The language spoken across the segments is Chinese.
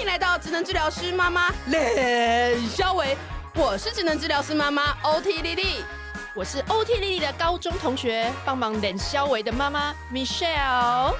迎来到职能治疗师妈妈冷肖维，我是职能治疗师妈妈 OT 丽丽， 我是 OT 丽丽的高中同学，帮忙冷肖维的妈妈 Michelle。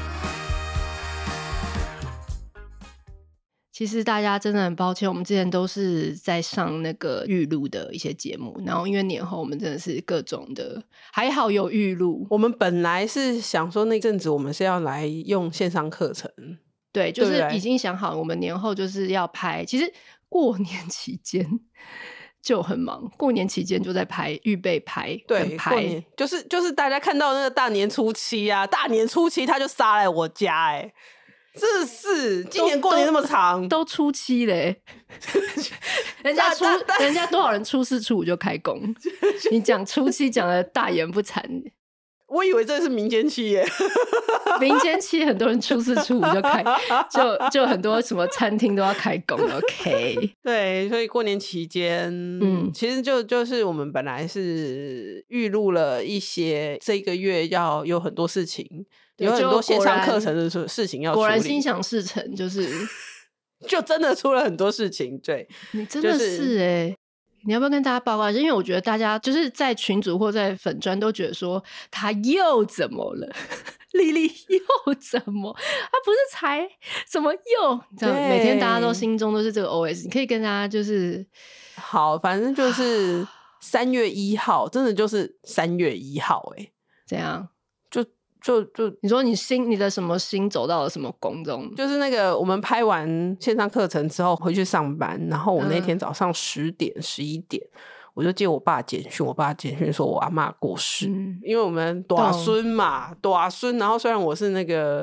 其实大家真的很抱歉，我们之前都是在上那个预录的一些节目，然后因为年后我们真的是各种的，还好有预录。 我们本来是想说那阵子我们是要来用线上课程， 对，就是已经想好我们年后就是要拍，其实过年期间就很忙，过年期间就在拍，预备拍， 对， 拍过年就是大家看到那个大年初七啊，大年初七他就杀来我家这是今年过年那么长， 都初七嘞，人家多少人初四初五就开工，你讲初七讲的大言不惭。 我以为这是民间企业， 民间企业很多人初四初五就开，就很多什么餐厅都要开工。OK， 对，所以过年期间，其实就是我们本来是预录了一些这个月要有很多事情，有很多线上课程的事情要处理， 果然心想事成， 就真的出了很多事情。对， 你真的是你要不要跟大家报告一下？因为我觉得大家就是在群组或在粉专都觉得说他又怎么了，丽丽又怎么，他不是才怎么又这样，每天大家都心中都是这个 OS。你可以跟大家就是好，反正就是3月1号，真的就是3月1号怎样？ 就你说你的什么心走到了什么宫中？ 就是那个我们拍完线上课程之后回去上班，然后我那天早上10点11点我就接我爸简讯，我爸简讯说我阿嬷过世，因为我们大孙嘛，大孙，然后虽然我是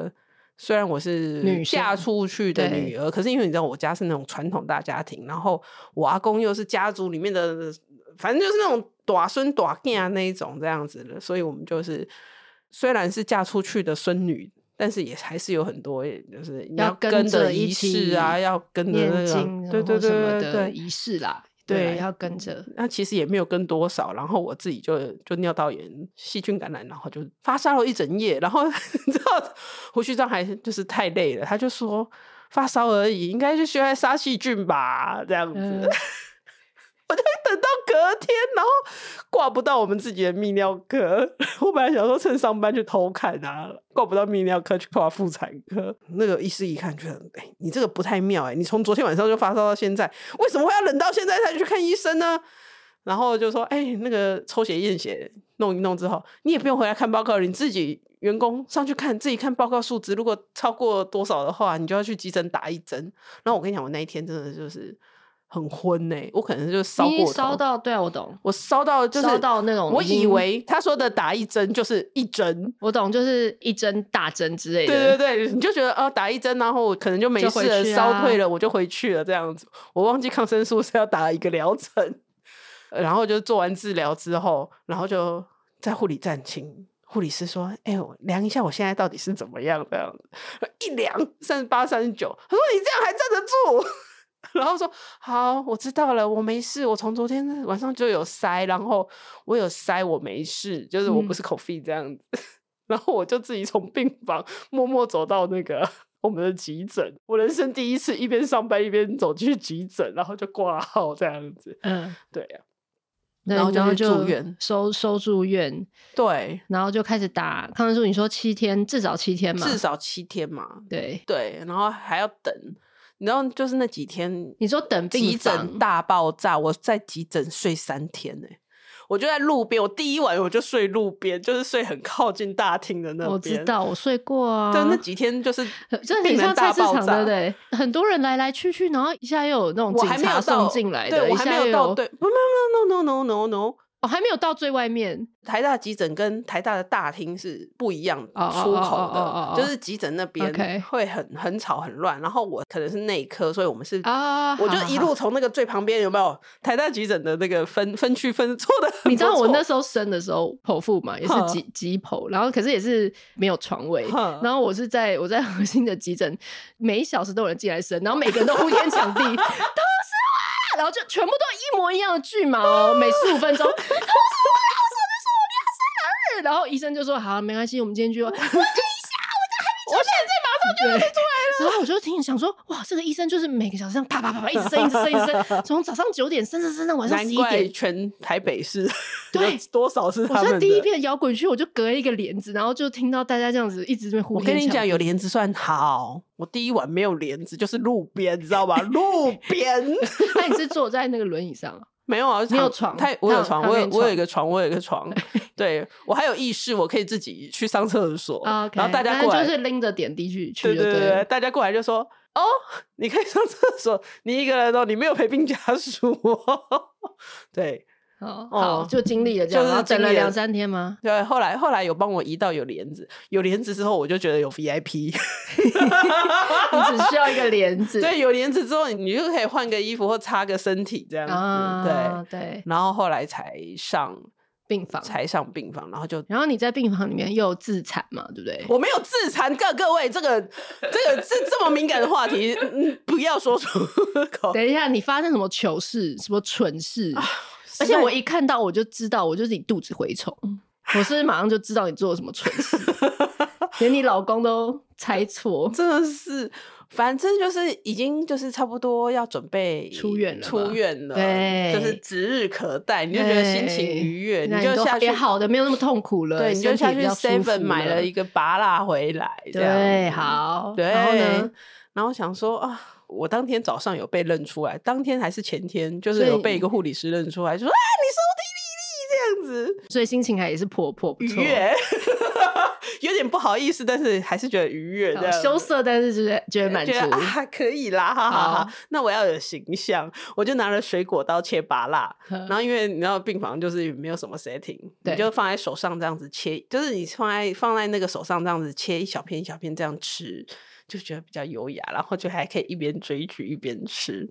嫁出去的女儿，可是因为你知道我家是那种传统大家庭，然后我阿公又是家族里面的，反正就是那种大孙大囝那一种这样子的，所以我们就是虽然是嫁出去的孙女，但是也还是有很多就是你要跟着仪式啊，要跟着那个对什么的仪式啦，对，要跟着。 那其实也没有跟多少，然后我自己就尿道炎、细菌感染，然后就发烧了一整夜，然后你知道胡须章还就是太累了，他就说发烧而已，应该是需要杀细菌吧，这样子。我就等到隔天，然后挂不到我们自己的泌尿科。我本来想说趁上班去偷看啊，挂不到泌尿科去挂妇产科。那个医师一看觉得，你这个不太妙你从昨天晚上就发烧到现在，为什么会要冷到现在才去看医生呢？然后就说，那个抽血验血弄一弄之后，你也不用回来看报告，你自己员工上去看，自己看报告数值，如果超过多少的话，你就要去急诊打一针。然后我跟你讲，我那一天真的就是很昏我可能就烧过头， 你烧到，对啊，我懂， 我烧到就是烧到那种， 我以为他说的打一针就是一针， 我懂，就是一针大针之类的， 对对对，你就觉得打一针，然后我可能就没事了，烧退了我就回去了这样子。我忘记抗生素是要打一个疗程，然后就做完治疗之后，然后就在护理站请护理师说，我量一下我现在到底是怎么样这样子，一量38、39，他说你这样还站得住？然后说好，我知道了，我没事，我从昨天晚上就有塞，然后我有塞，我没事，就是我不是 COVID 这样子。然后我就自己从病房默默走到那个我们的急诊，我人生第一次一边上班一边走去急诊，然后就挂号这样子。对啊，然后就去住院， 收住院， 对， 然后就开始打抗生素。你说7天，至少7天嘛？ 至少7天嘛。 对对，然后还要等。你知道就是那几天你说等病急诊大爆炸，我在急诊睡3天我就在路边，我第一晚我就睡路边，就是睡很靠近大厅的那边。 我知道，我睡过啊。 对，那几天就是病人大爆炸，对不对？很多人来来去去，然后一下又有那种警察送进来的， 对，我还没有到，对，不 no， 还没有到最外面。 台大急诊跟台大的大厅是不一样出口的，就是急诊那边会很吵很乱，然后我可能是内科，所以我们是我就一路从那个最旁边，有没有台大急诊的那个分区做的很不错。 你知道我那时候生的时候剖腹嘛，也是急剖，然后可是也是没有床位，然后我在核心的急诊，每1小时都有人进来生，然后每个人都呼天抢地，都是我，然后就全部都一模一样的剧嘛每15分钟。然后医生就说好，没关系，我们今天就我等一下，我现在马上就要出来了。 然后我就听想说，哇，这个医生就是每个小时这样啪啪啪啪一直生一直生一直生，从早上9点生到晚上11 难怪点。 全台北市对有多少是他们的。 我在第一片摇滚区，我就隔一个帘子，然后就听到大家这样子一直在呼天抢地。 我跟你讲，有帘子算好。我第一晚没有帘子，就是路边，你知道吧？路边。 那你是坐在那个轮椅上啊？ 没有啊， 你有床？ 我有床，我有一个床，我有一个床。对，我还有意识，我可以自己去上厕所。 Okay, 然后大家过来就是拎着点滴去。 对，大家过来就说：“哦，你可以上厕所，你一个人哦，你没有陪病家属哦。”对。 好，就经历了这样，然后等了2-3天吗？ 对，后来有帮我移到有帘子，有帘子之后，我就觉得有 VIP。 你只需要一个帘子。 对，有帘子之后，你就可以换个衣服或擦个身体这样子。 对。 然后后来才上病房， 然后你在病房里面又有自残嘛，对不对？ 我没有自残，各位，这个是这么敏感的话题，不要说出口。 等一下，你发生什么糗事，什么蠢事？而且我一看到我就知道，我就是你肚子蛔虫，我是马上就知道你做了什么蠢事，连你老公都猜错， 真的是。反正就是已经就是差不多要准备出院了， 对，就是指日可待，你就觉得心情愉悦，你就下去也好的没有那么痛苦了， 对，你就下去 7 买了一个拔蜡回来， 对，好， 对， 然后呢？ 然后想说啊，我当天早上有被认出来，当天还是前天，就是有被一个护理师认出来，就说你是我弟弟这样子， 所以心情还也是颇愉悦。有点不好意思，但是还是觉得愉悦，这样羞涩，但是觉得满足啊，可以啦，哈哈哈。那我要有形象，我就拿了水果刀切芭乐，然后因为你知道病房就是没有什么 setting， 你就放在手上这样子切，就是你放在那个手上这样子切一小片一小片这样吃，就觉得比较优雅，然后就还可以一边追剧一边吃。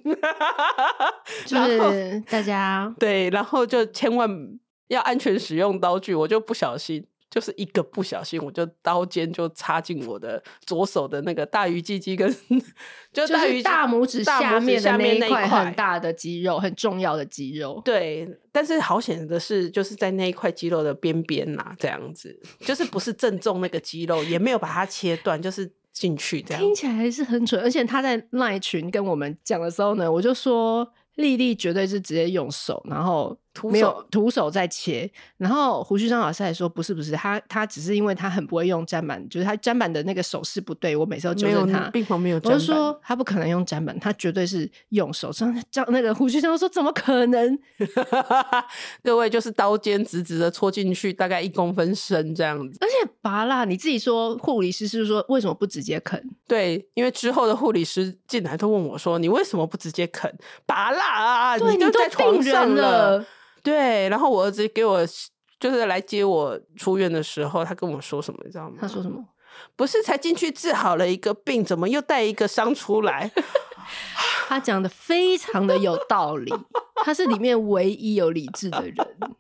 就是大家对，然后就千万要安全使用刀具，我就不小心。就是一个不小心，我就刀尖就插进我的左手的那个大鱼鸡鸡跟就是大拇指下面的那一块很大的肌肉，很重要的肌肉。 对，但是好险的是，就是在那一块肌肉的边边呐，这样子，就是不是正中那个肌肉，也没有把它切断，就是进去这样。 听起来还是很准，而且他在LINE群跟我们讲的时候呢，我就说丽丽绝对是直接用手，然后没有徒手在切，然后胡须章老师还说不是，他只是因为他很不会用砧板，就是他砧板的那个手势不对，我每次都纠正他。 病房没有砧板， 我就说他不可能用砧板，他绝对是用手。那个胡须章说怎么可能？ 各位就是刀尖直直的戳进去，大概1公分深这样子。 而且拔蜡，你自己说护理师是说为什么不直接啃？ 对，因为之后的护理师进来都问我说：“你为什么不直接啃拔蜡啊？ 对， 你就在床上了。” 对，然后我儿子给我就是来接我出院的时候，他跟我说什么，你知道吗？ 他说什么？ 不是才进去治好了一个病，怎么又带一个伤出来？ 他讲的非常的有道理，他是里面唯一有理智的人。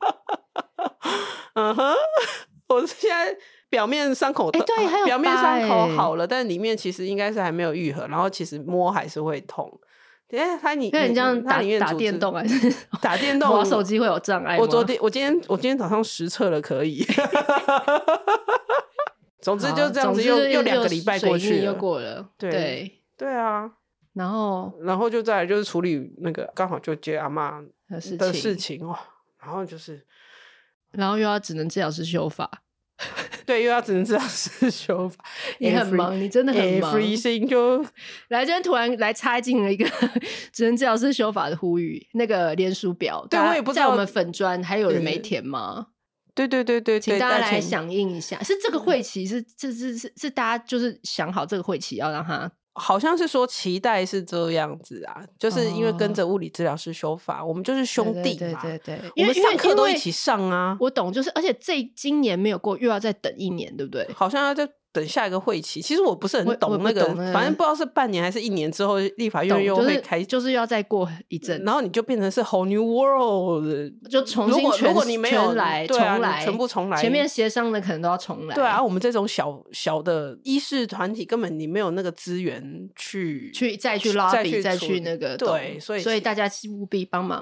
嗯哼，我现在表面伤口， 对，还有表面伤口好了，但里面其实应该是还没有愈合，然后其实摸还是会痛。 你这样打电动还是打电动？ 玩手机会有障碍吗？ 我今天早上实测了，可以。总之就这样子，又2个礼拜过去了， 又过了。对啊， 然后就再来就是处理那个刚好就接阿嬷的事情哦，然后又要只能治疗师修法。 对，又要只能治疗师修法， 你很忙，你真的很忙。 everything 就来这边突然来插进了一个只能治疗师修法的呼吁，那个联署表， 对我也不知道在我们粉专还有人没填吗？ 对， 请大家来响应一下。是这个会期是大家就是想好这个会期要让他。 好像是说期待是这样子啊，就是因为跟着物理治疗师修法，我们就是兄弟嘛， 对， 我们上课都一起上啊。 我懂，就是而且今年没有过，又要再等1年，对不对？ 好像要再等下一个会期。其实我不是很懂那个，反正不知道是半年还是1年之后，立法院又会开， 就是要再过一阵， 然后你就变成是 whole new world， 就重新如果你没有全部重来，前面协商的可能都要重来。 对啊，我们这种小的医事团体，根本你没有那个资源去再去 lobby， 再去那个对， 所以大家务必帮忙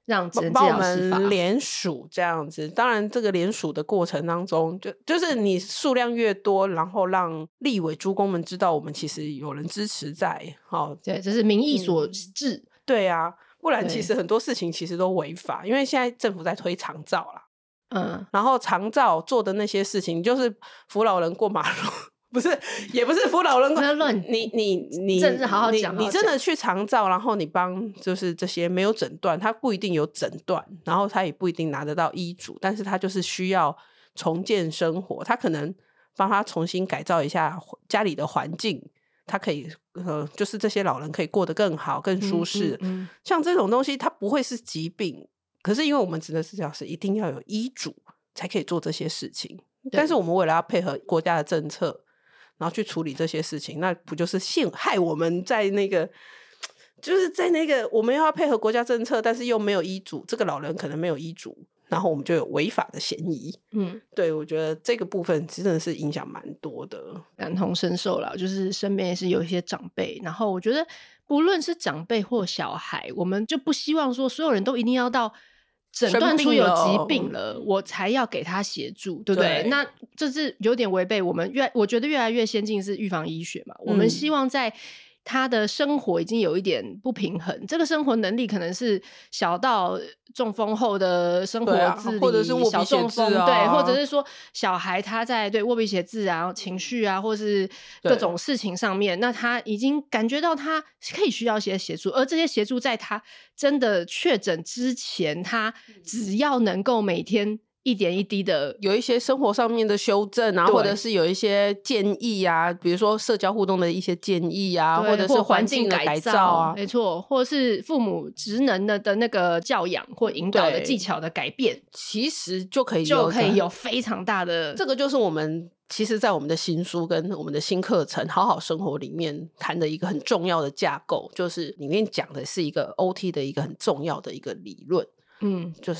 让职能治帮我疗师发们联署这样子。当然这个联署的过程当中就是你数量越多，然后让立委诸公们知道我们其实有人支持在对，这是民意所致、 对啊，不然对其实很多事情其实都违法，因为现在政府在推长照啦，然后长照做的那些事情就是扶老人过马路不是，也不是扶老人过，你政治好好讲， 你真的去长照，然后你帮就是这些没有诊断，他不一定有诊断，然后他也不一定拿得到医嘱，但是他就是需要重建生活，他可能帮他重新改造一下家里的环境，他可以就是这些老人可以过得更好更舒适，像这种东西它不会是疾病，可是因为我们职能治疗师一定要有医嘱才可以做这些事情，但是我们为了要配合国家的政策然后去处理这些事情，那不就是陷害我们在那个就是在那个我们又要配合国家政策，但是又没有医嘱，这个老人可能没有医嘱，然后我们就有违法的嫌疑。对，我觉得这个部分真的是影响蛮多的， 感同身受啦，就是身边也是有一些长辈，然后我觉得不论是长辈或小孩，我们就不希望说所有人都一定要到诊断出有疾病了我才要给他协助，对不对？那这是有点违背我们我觉得越来越先进是预防医学嘛，我们希望在他的生活已经有一点不平衡，这个生活能力可能是小到中风后的生活自理， 或者是卧鼻写字啊， 对，或者是说小孩他在卧鼻写字啊、情绪啊，或是各种事情上面，那他已经感觉到他可以需要一些协助，而这些协助在他真的确诊之前，他只要能够每天一点一滴的有一些生活上面的修正啊，或者是有一些建议啊，比如说社交互动的一些建议啊，或者是环境的改造啊， 没错，或者是父母职能的那个教养或引导的技巧的改变， 其实就可以有非常大的， 这个就是我们其实在我们的新书跟我们的新课程好好生活里面谈的一个很重要的架构，就是里面讲的是一个 OT 的一个很重要的一个理论，就是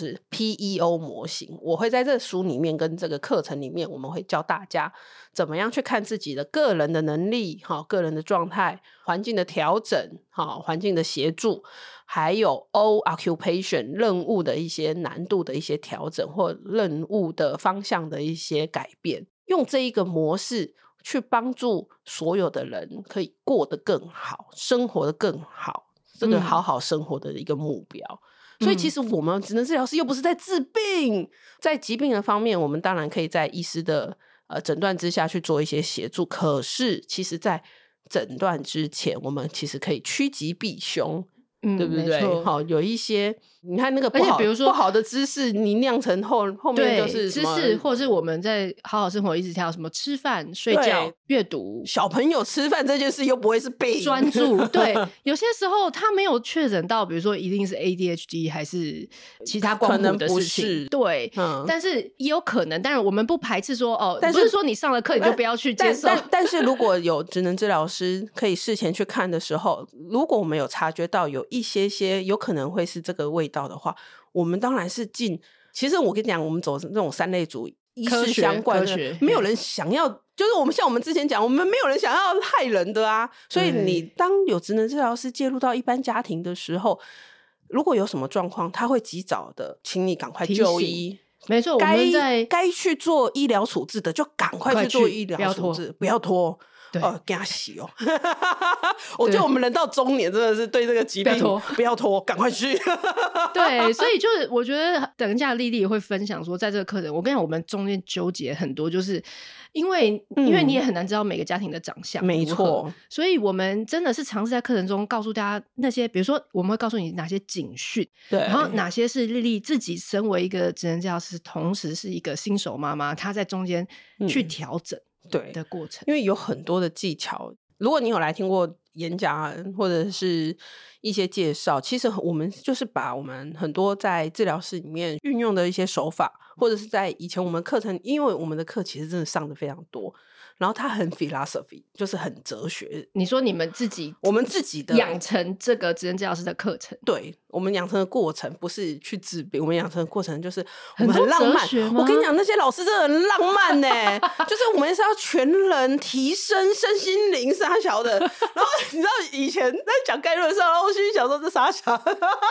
PEO 模型。我会在这个书里面跟这个课程里面，我们会教大家怎么样去看自己的个人的能力、个人的状态、环境的调整、环境的协助，还有 O occupation 任务的一些难度的一些调整，或任务的方向的一些改变，用这一个模式去帮助所有的人可以过得更好，生活得更好，这个好好生活的一个目标。所以其实我们职能治疗师又不是在治病，在疾病的方面我们当然可以在医师的诊断之下去做一些协助，可是其实在诊断之前我们其实可以趋吉避凶，对不对？有一些你看那个不好，比如说不好的姿势你酿成后面就是姿势，或者是我们在好好生活一直跳什么吃饭、睡觉、阅读， 小朋友吃饭这件事又不会是病， 专注对，有些时候他没有确诊到比如说一定是 ADHD 还是其他光谱的事情，对，但是也有可能，当然我们不排斥说但是不是说你上了课你就不要去接受， 但是如果有职能治疗师可以事前去看的时候，如果我们有察觉到有一些有可能会是这个味道的话，我们当然是其实我跟你讲，我们走这种三类组医师相关的，没有人想要，就是像我们之前讲，我们没有人想要害人的啊，所以你当有职能治疗师介入到一般家庭的时候，如果有什么状况，他会及早的请你赶快就医， 没错，我们该去做医疗处置的就赶快去做医疗处置，不要拖给他洗哦我觉得我们人到中年真的是对这个疾病不要拖赶快去对，所以就是我觉得等一下丽丽也会分享说，在这个课程我跟你讲我们中间纠结很多，就是因为你也很难知道每个家庭的长相， 没错， 所以我们真的是尝试在课程中告诉大家那些，比如说我们会告诉你哪些警讯， 对， 然后哪些是丽丽自己身为一个职能治疗师同时是一个新手妈妈，她在中间去调整的过程， 因为有很多的技巧，如果你有来听过演讲或者是一些介绍，其实我们就是把我们很多在治疗室里面运用的一些手法，或者是在以前我们课程，因为我们的课其实真的上的非常多，然后它很 philosophy 就是很哲学。 你说你们我们自己的养成这个职能治疗师的课程， 对，我们养成的过程不是去治病，我们养成的过程就是我们很浪漫。我跟你讲，那些老师真的很浪漫呢就是我们是要全人提升身心灵啥小的然后你知道以前在讲概论上，我心里想说这啥小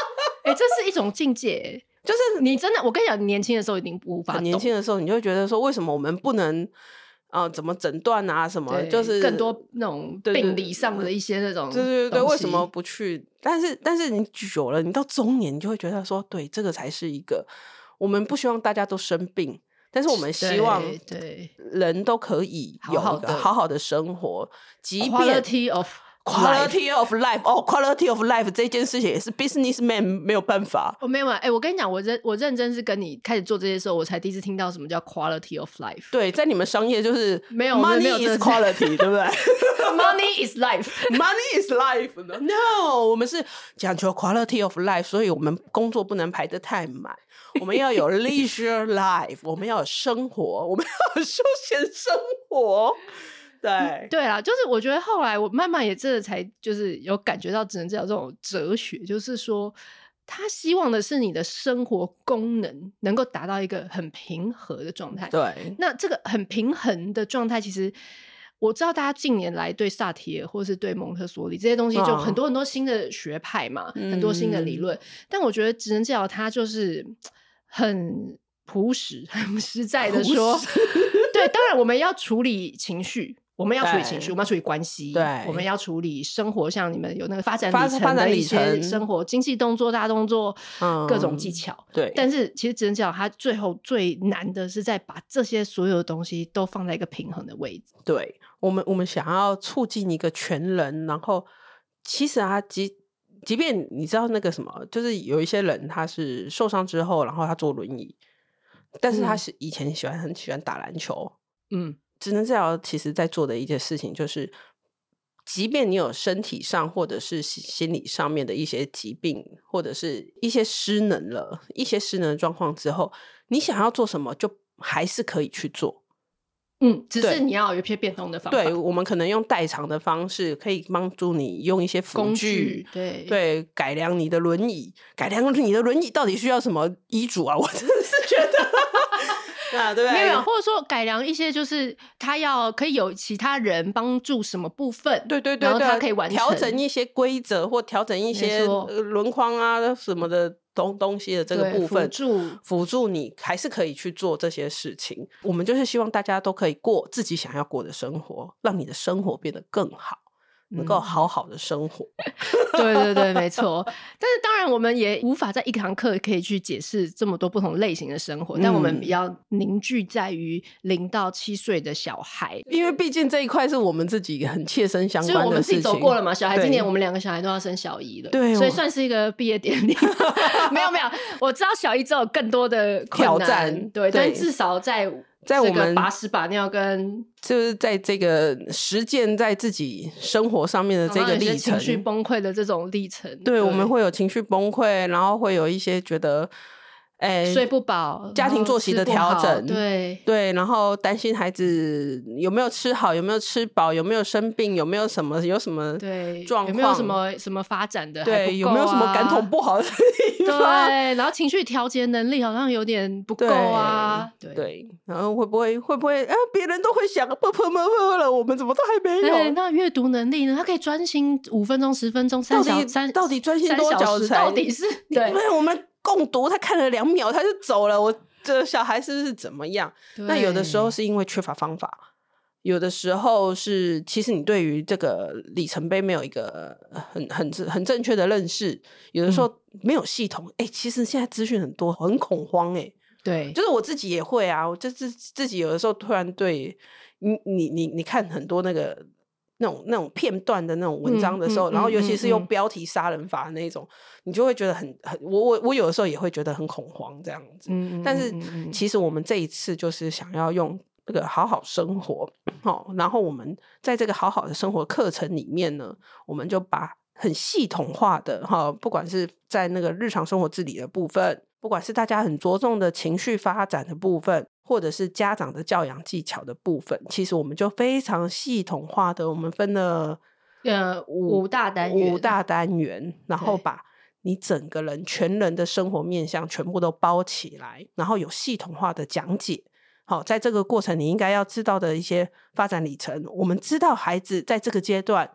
这是一种境界， 就是你真的，我跟你讲，你年轻的时候一定无法懂， 年轻的时候你就会觉得说，为什么我们不能怎么诊断啊什么，就是更多那种病理上的一些那种， 对，为什么不去？但是你久了，你到中年，你就会觉得说，对，这个才是一个我们不希望大家都生病，但是我们希望人都可以有一个好好的生活，即便 quality of life quality of life 这件事情也是 businessman 没有办法。 没有我跟你讲，我认真是跟你开始做这些时候，我才第一次听到什么叫 quality of life。 对，在你们商业就是没有 money is quality 对不对 ？Money is life money is life no 我们是讲求 quality of life， 所以我们工作不能排得太满，我们要有 leisure life 我们要有生活，我们要有休闲生活。对啦，就是我觉得后来我慢慢也真的才就是有感觉到职能治疗这种哲学，就是说他希望的是你的生活功能能够达到一个很平和的状态。 对， 那这个很平衡的状态，其实我知道大家近年来对萨提尔或是对蒙特梭利这些东西就很多很多新的学派嘛，很多新的理论，但我觉得职能治疗它就是很朴实很实在的说对，当然我们要处理情绪，我们要处理情绪，我们要处理关系，对，我们要处理生活，像你们有那个发展里程的一些生活精细动作大动作各种技巧，对。但是其实职能治疗它最后最难的是在把这些所有的东西都放在一个平衡的位置。 对，我们想要促进一个全人，然后其实即便你知道那个什么，就是有一些人他是受伤之后然后他坐轮椅，但是他是以前很喜欢打篮球，职能治疗其实在做的一件事情就是即便你有身体上或者是心理上面的一些疾病或者是一些失能的状况之后，你想要做什么就还是可以去做， 只是你要有一些变动的方法。 对，我们可能用代偿的方式可以帮助你用一些辅具，对，改良你的轮椅。改良你的轮椅到底需要什么医嘱啊？我真的是觉得对， 没有，或者说改良一些，就是他可以有其他人帮助什么部分， 对， 然后他可以完成调整一些规则或调整一些轮框啊什么的东西的这个部分，辅助你还是可以去做这些事情。我们就是希望大家都可以过自己想要过的生活，让你的生活变得更好，能够好好的生活。 对，没错。但是当然我们也无法在一堂课可以去解释这么多不同类型的生活，但我们比较凝聚在于0到7岁的小孩， 因为毕竟这一块是我们自己很切身相关的事情， 我们自己走过了嘛。小孩今年我们2个小孩都要升小1了，对，所以算是一个毕业典礼。没有，我知道小1之后有更多的挑战，对，但至少在我们把屎把尿跟就是在这个实践在自己生活上面的这个历程， 情绪崩溃的这种历程， 对，我们会有情绪崩溃，然后会有一些觉得睡不饱， 家庭作息的调整， 对， 然后担心孩子有没有吃好，有没有吃饱，有没有生病，有没有什么状况， 有没有什么发展的， 对，有没有什么感统不好的地方， 对，然后情绪调节能力好像有点不够啊， 对，然后会不会别人都会想了，我们怎么都还没有？ 对，那阅读能力呢？他可以专心5分钟、10分钟、 到底专心多久才？ 到底是对， 我们共读，他看了2秒他就走了，我这小孩是不是怎么样？那有的时候是因为缺乏方法，有的时候是其实你对于这个里程碑没有一个很正确的认识，有的时候没有系统。其实现在资讯很多，很恐慌。 对， 就是我自己也会啊，我就自己有的时候突然对你看很多那种片段的那种文章的时候，然后尤其是用标题杀人法的那种，你就会觉得我有的时候也会觉得很恐慌这样子。但是其实我们这一次就是想要用这个好好生活，然后我们在这个好好的生活课程里面呢，我们就把很系统化的不管是在那个日常生活自理的部分，不管是大家很着重的情绪发展的部分，或者是家长的教养技巧的部分，其实我们就非常系统化的，我们分了 5大单元， 然后把你整个人全人的生活面向全部都包起来，然后有系统化的讲解。好，在这个过程你应该要知道的一些发展里程，我们知道孩子在这个阶段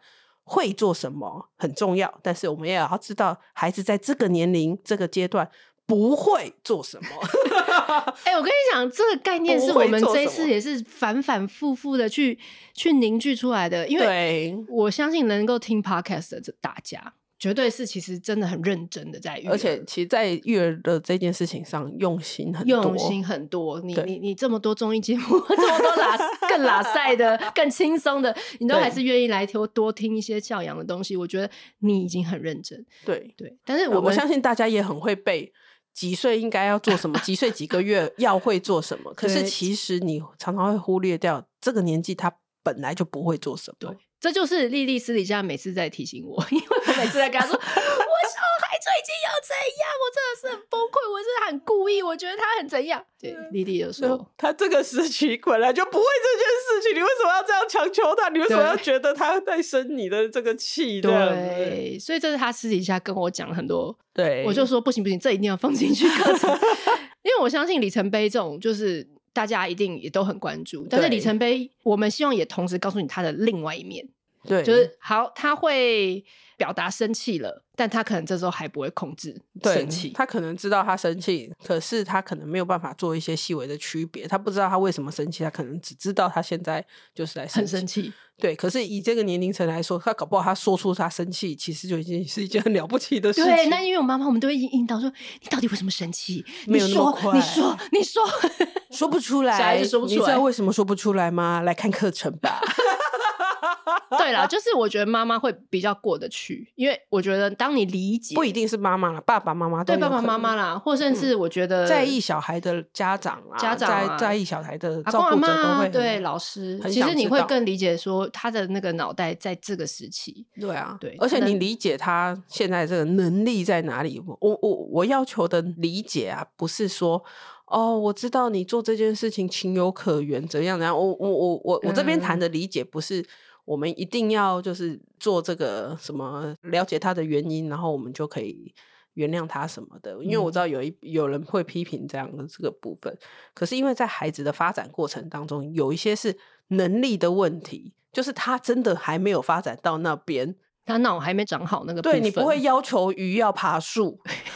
会做什么很重要，但是我们也要知道孩子在这个年龄这个阶段不会做什么。 我跟你讲，这个概念是我们这一次也是反反复复的去凝聚出来的，因为我相信能够听 podcast 的大家绝对是其实真的很认真的在育儿， 而且其实在育儿的这件事情上用心很多。 你这么多综艺节目，这么多更拉赛的更轻松的，你都还是愿意来多听一些教养的东西，我觉得你已经很认真。对，但是我相信大家也很会背几岁应该要做什么，几岁几个月要会做什么，可是其实你常常会忽略掉这个年纪他本来就不会做什么。 对，这就是莉莉私底下每次在提醒我，因为我每次在跟她说我小孩最近要怎样，我真的是很崩溃，我真的很故意，我觉得他很怎样。对，莉莉就说他这个时期本来就不会这件事情，你为什么要这样强求他？你为什么要觉得他在生你的这个气？ 对，所以这是他私底下跟我讲很多。 对， 我就说不行，这一定要放进去课程，因为我相信里程碑这种就是大家一定也都很关注，但是里程碑我们希望也同时告诉你他的另外一面。对，就是好，他会表达生气了，但他可能这时候还不会控制生气。 他可能知道他生气，可是他可能没有办法做一些细微的区别。他不知道他为什么生气，他可能只知道他现在就是在很生气。 对，可是以这个年龄层来说，他搞不好他说出他生气，其实就已经是一件很了不起的事情。 对，那因为我妈妈，我们都会引导说，你到底为什么生气？ 没有那么快， 你说， 说不出来， 小孩子说不出来。 你知道为什么说不出来吗？来看课程吧。 对啦，就是我觉得妈妈会比较过得去，因为我觉得当你理解， 不一定是妈妈啦，爸爸妈妈都有可能， 对，爸爸妈妈啦，或甚至我觉得在意小孩的家长啊，在意小孩的照顾者都会对老师，其实你会更理解说他的那个脑袋在这个时期。 对啊， 对， 而且你理解他现在这个能力在哪里。我要求的理解啊，不是说我知道你做这件事情情有可原，怎样怎样。我这边谈的理解不是我们一定要就是做这个什么了解他的原因，然后我们就可以原谅他什么的。因为我知道有人会批评这样的这个部分，可是因为在孩子的发展过程当中，有一些是能力的问题，就是他真的还没有发展到那边， 他脑还没长好那个部分。 对，你不会要求鱼要爬树。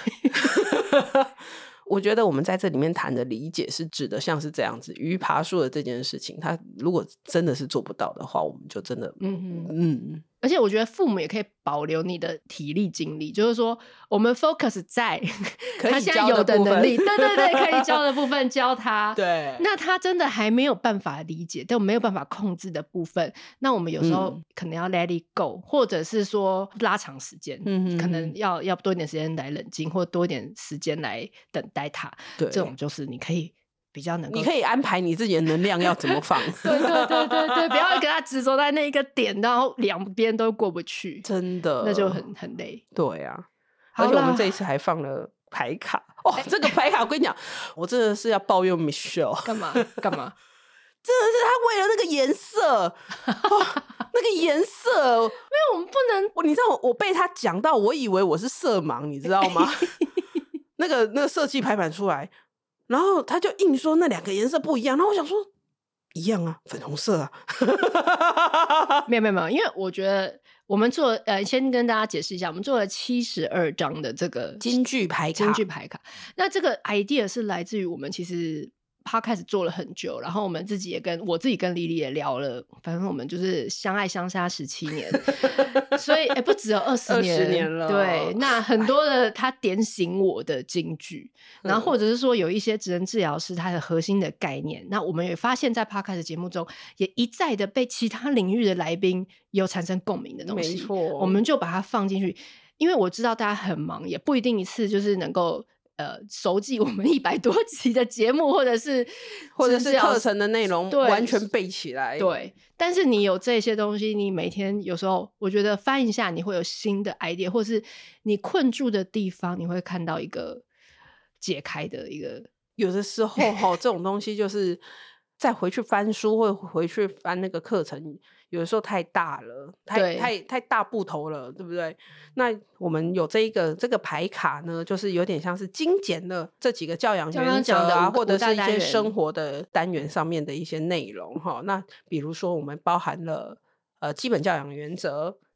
我觉得我们在这里面谈的理解是指的像是这样子，鱼爬树的这件事情，他如果真的是做不到的话，我们就真的而且我觉得父母也可以保留你的体力精力，就是说我们 focus 在他现在有的能力，对，可以教的部分教他。 对， 那他真的还没有办法理解，但没有办法控制的部分，那我们有时候可能要 let it go，或者是说拉长时间，可能要多一点时间来冷静，或多一点时间来等待他。对，这种就是你可以比较能够， 你可以安排你自己的能量要怎么放。 对，不要跟他执着在那一个点，然后两边都过不去， 真的那就很累。 对啊，而且我们这一次还放了牌卡。这个牌卡我跟你讲，我真的是要抱怨 Michelle。 干嘛？ 真的是他为了那个颜色，那个颜色，因为我们不能， 你知道我被他讲到，我以为我是色盲，你知道吗？那个设计排版出来，然后他就硬说那两个颜色不一样，然后我想说一样啊，粉红色啊。 没有，因为我觉得我们做先跟大家解释一下，我们做了72张的这个金句牌卡。 那这个 idea 是来自于我们其实他开始做了很久，然后我们我自己跟莉莉也聊了，反正我们就是相爱相杀17年，所以不只有20 年了。 对，那很多的他点醒我的金句，然后或者是说有一些职能治疗师他的核心的概念，那我们也发现在 Podcast 节目中也一再的被其他领域的来宾有产生共鸣的东西， 没错， 我们就把它放进去，因为我知道大家很忙，也不一定一次就是能够熟记我们100多集的节目，或者是课程的内容完全背起来。 对，但是你有这些东西，你每天有时候我觉得翻一下，你会有新的 idea， 或是你困住的地方，你会看到一个解开的一个。 有的时候这种东西就是再回去翻书，或回去翻那个课程，有的时候太大了，太大部头了，对不对？那我们有这个牌卡呢，就是有点像是精简了这几个教养原则啊，或者是一些生活的单元上面的一些内容哈。那比如说我们包含了基本教养原则，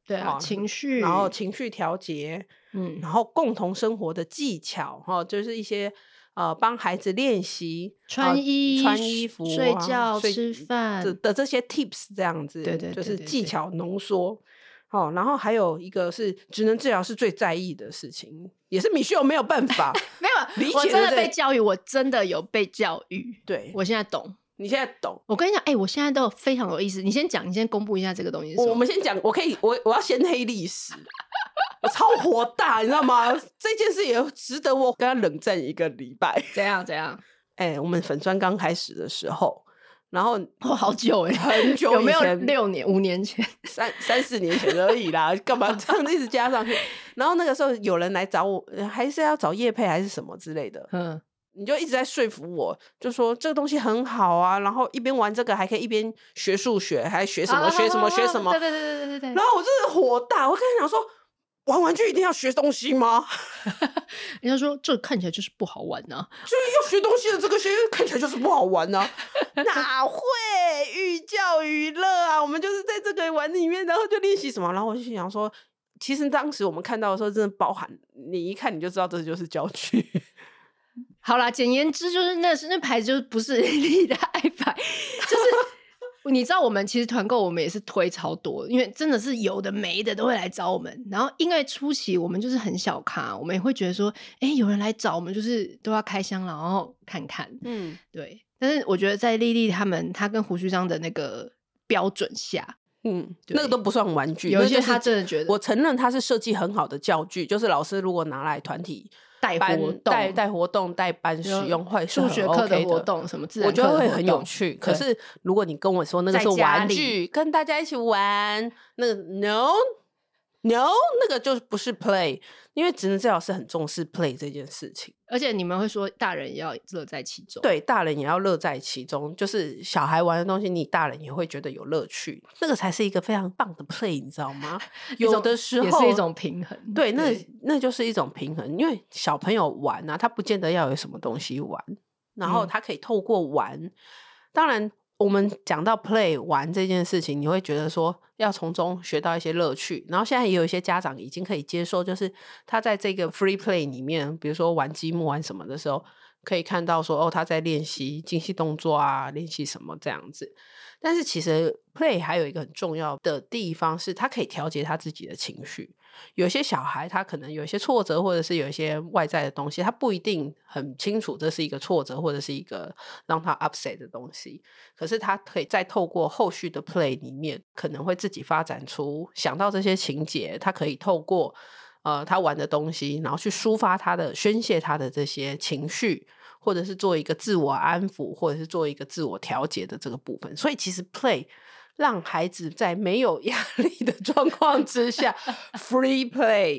对啊，情绪， 然后情绪调节，然后共同生活的技巧，就是一些帮孩子练习穿衣服、 睡觉、吃饭的这些 tips 这样子， 对对对对对， 就是技巧浓缩。然后还有一个是职能治疗师最在意的事情，也是Michelle没有办法没有，我真的被教育，我真的有被教育， 对， 我现在懂。 你现在懂？ 我跟你讲，我现在都非常有意思。你先讲，你先公布一下这个东西是什么。 我们先讲，我要先黑历史。我超火大，你知道吗？这件事也值得我跟他冷战1个礼拜。 怎样？ 我们粉专刚开始的时候，然后好久很久以前， 有没有6年、5年前、 3、4年前而已啦？干嘛这样子一直加上去？然后那个时候有人来找我，还是要找业配还是什么之类的，你就一直在说服我，就说这个东西很好啊，然后一边玩这个还可以一边学数学，还学什么、学什么、学什么。 对。 然后我真的火大，我跟你讲说，玩玩具一定要学东西吗？ 人家说这看起来就是不好玩啊， 就是要学东西的这个看起来就是不好玩啊，哪会寓教于乐啊？我们就是在这个玩里面，然后就练习什么。然后我就心想说，其实当时我们看到的时候，真的包含你一看你就知道这就是教具。 好啦，简言之就是那牌子就是不是你的爱牌，就是你知道我们其实团购我们也是推超多，因为真的是有的没的都会来找我们。然后因为初期我们就是很小咖，我们也会觉得说，有人来找我们就是都要开箱了，然后看看，对。但是我觉得在丽丽他跟胡须章的那个标准下。 那个都不算玩具， 有一些他真的觉得， 我承认它是设计很好的教具，就是老师如果拿来团体带活动带班使用会是很 OK 的， 数学课的活动什么自然课的活动， 我觉得会很有趣。可是如果你跟我说那个是玩具，跟大家一起玩，那个 no，那个就不是 play， 因为职能治疗师很重视 play 这件事情， 而且你们会说大人也要乐在其中， 对，大人也要乐在其中，就是小孩玩的东西，你大人也会觉得有乐趣，那个才是一个非常棒的 play， 你知道吗？有的时候也是一种平衡， 对，那就是一种平衡，因为小朋友玩啊，他不见得要有什么东西玩，然后他可以透过玩，当然。我们讲到 play 玩这件事情，你会觉得说要从中学到一些乐趣，然后现在也有一些家长已经可以接受，就是他在这个 free play 里面，比如说玩积木玩什么的时候，可以看到说他在练习精细动作啊，练习什么这样子。但是其实 play 还有一个很重要的地方是他可以调节他自己的情绪。有些小孩他可能有一些挫折，或者是有一些外在的东西，他不一定很清楚这是一个挫折或者是一个让他 upset 的东西，可是他可以再透过后续的 play 里面可能会自己发展出想到这些情节，他可以透过他玩的东西然后去抒发他的宣泄他的这些情绪，或者是做一个自我安抚，或者是做一个自我调节的这个部分。所以其实 play让孩子在没有压力的状况之下free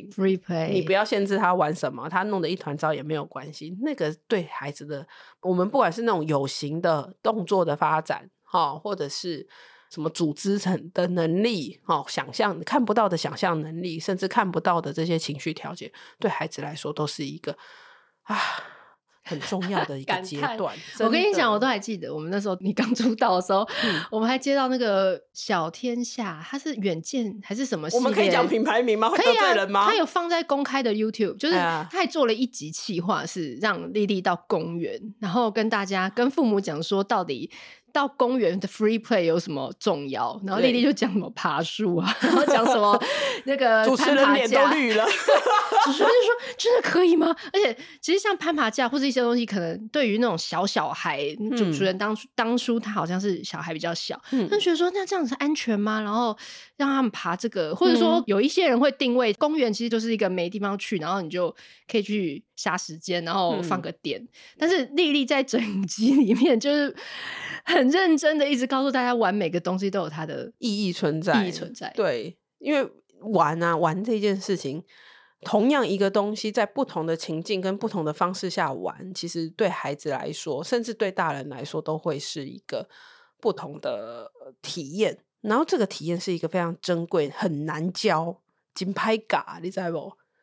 play， 你不要限制他玩什么，他弄得一团糟也没有关系。那个对孩子的，我们不管是那种有形的动作的发展，或者是什么组织成的能力，想象看不到的想象能力，甚至看不到的这些情绪调节，对孩子来说都是一个很重要的一个阶段。 我跟你讲，我都还记得我们那时候你刚出道的时候，我们还接到那个小天下，它是远见还是什么系列？ 我们可以讲品牌名吗？会得罪人吗？ 他有放在公开的 YouTube， 就是他还做了一集企划，是让丽丽到公园，然后跟父母讲说到底到公园的 free play 有什么重要，然后丽丽就讲什么爬树啊，然后讲什么那个主持人脸都绿了主持人就说真的可以吗？而且其实像攀爬架或者一些东西，可能对于那种小孩，主持人当初他好像是小孩比较小，他觉得说那这样子安全吗？然后让他们爬这个，或者说有一些人会定位公园其实就是一个没地方去，然后你就可以去杀时间，然后放个点。但是丽丽在整集里面就是很认真的一直告诉大家，玩每个东西都有它的意义存在。对，因为玩这件事情，同样一个东西在不同的情境跟不同的方式下玩，其实对孩子来说，甚至对大人来说，都会是一个不同的体验。然后这个体验是一个非常珍贵、很难教金拍嘎，你知道不？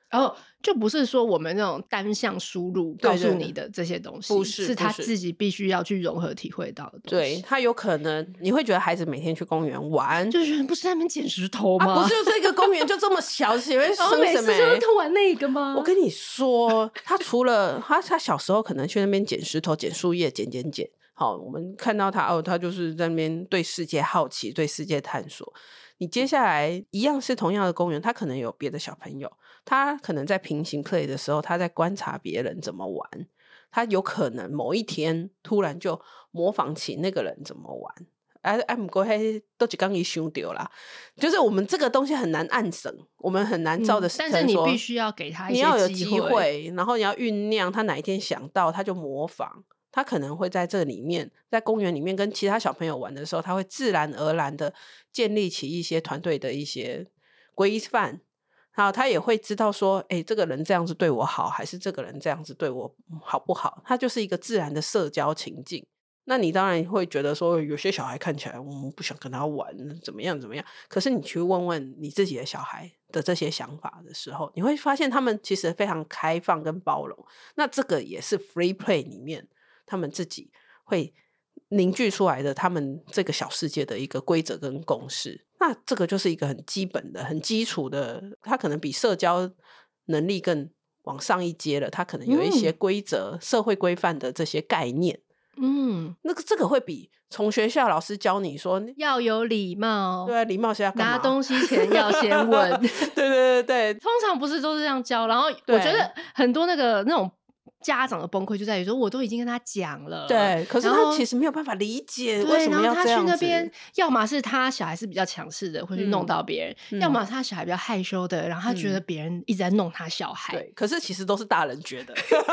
就不是说我们那种单向输入告诉你的这些东西， 不是他自己必须要去融合体会到的东西。 对，他有可能你会觉得孩子每天去公园玩， 就觉得不是在那边捡石头吗？ 不是这个公园就这么小，谁会生什么？ 每次都玩那个吗？ 我跟你说，他除了他小时候可能去那边捡石头、捡树叶、捡。好，我们看到他他就是在那边对世界好奇，对世界探索。你接下来一样是同样的公园，他可能有别的小朋友，他可能在平行 play 的时候，他在观察别人怎么玩，他有可能某一天突然就模仿起那个人怎么玩。不过都是刚一想到啦，就是我们这个东西很难按绳，我们很难照着但是你必须要给他一些你要有机会，然后你要酝酿，他哪一天想到他就模仿。他可能会在这里面，在公园里面跟其他小朋友玩的时候，他会自然而然的建立起一些团队的一些规范，然后他也会知道说，这个人这样子对我好，还是这个人这样子对我好不好，他就是一个自然的社交情境。那你当然会觉得说，有些小孩看起来我们不想跟他玩，怎么样怎么样，可是你去问问你自己的小孩的这些想法的时候，你会发现他们其实非常开放跟包容。那这个也是 free play 里面他们自己会凝聚出来的他们这个小世界的一个规则跟共识。那这个就是一个很基本的很基础的，他可能比社交能力更往上一阶了，他可能有一些规则、社会规范的这些概念。那个这个会比从学校老师教你说要有礼貌， 对，礼貌是要干嘛？ 拿东西前要先问。 对， 通常不是都是这样教。然后我觉得很多那种家长的崩溃就在于说，我都已经跟他讲了， 对，可是他其实没有办法理解为什么要这样子。 然后他去那边，要么是他小孩是比较强势的，会去弄到别人；要么是他小孩比较害羞的，然后他觉得别人一直在弄他小孩。 对，可是其实都是大人觉得。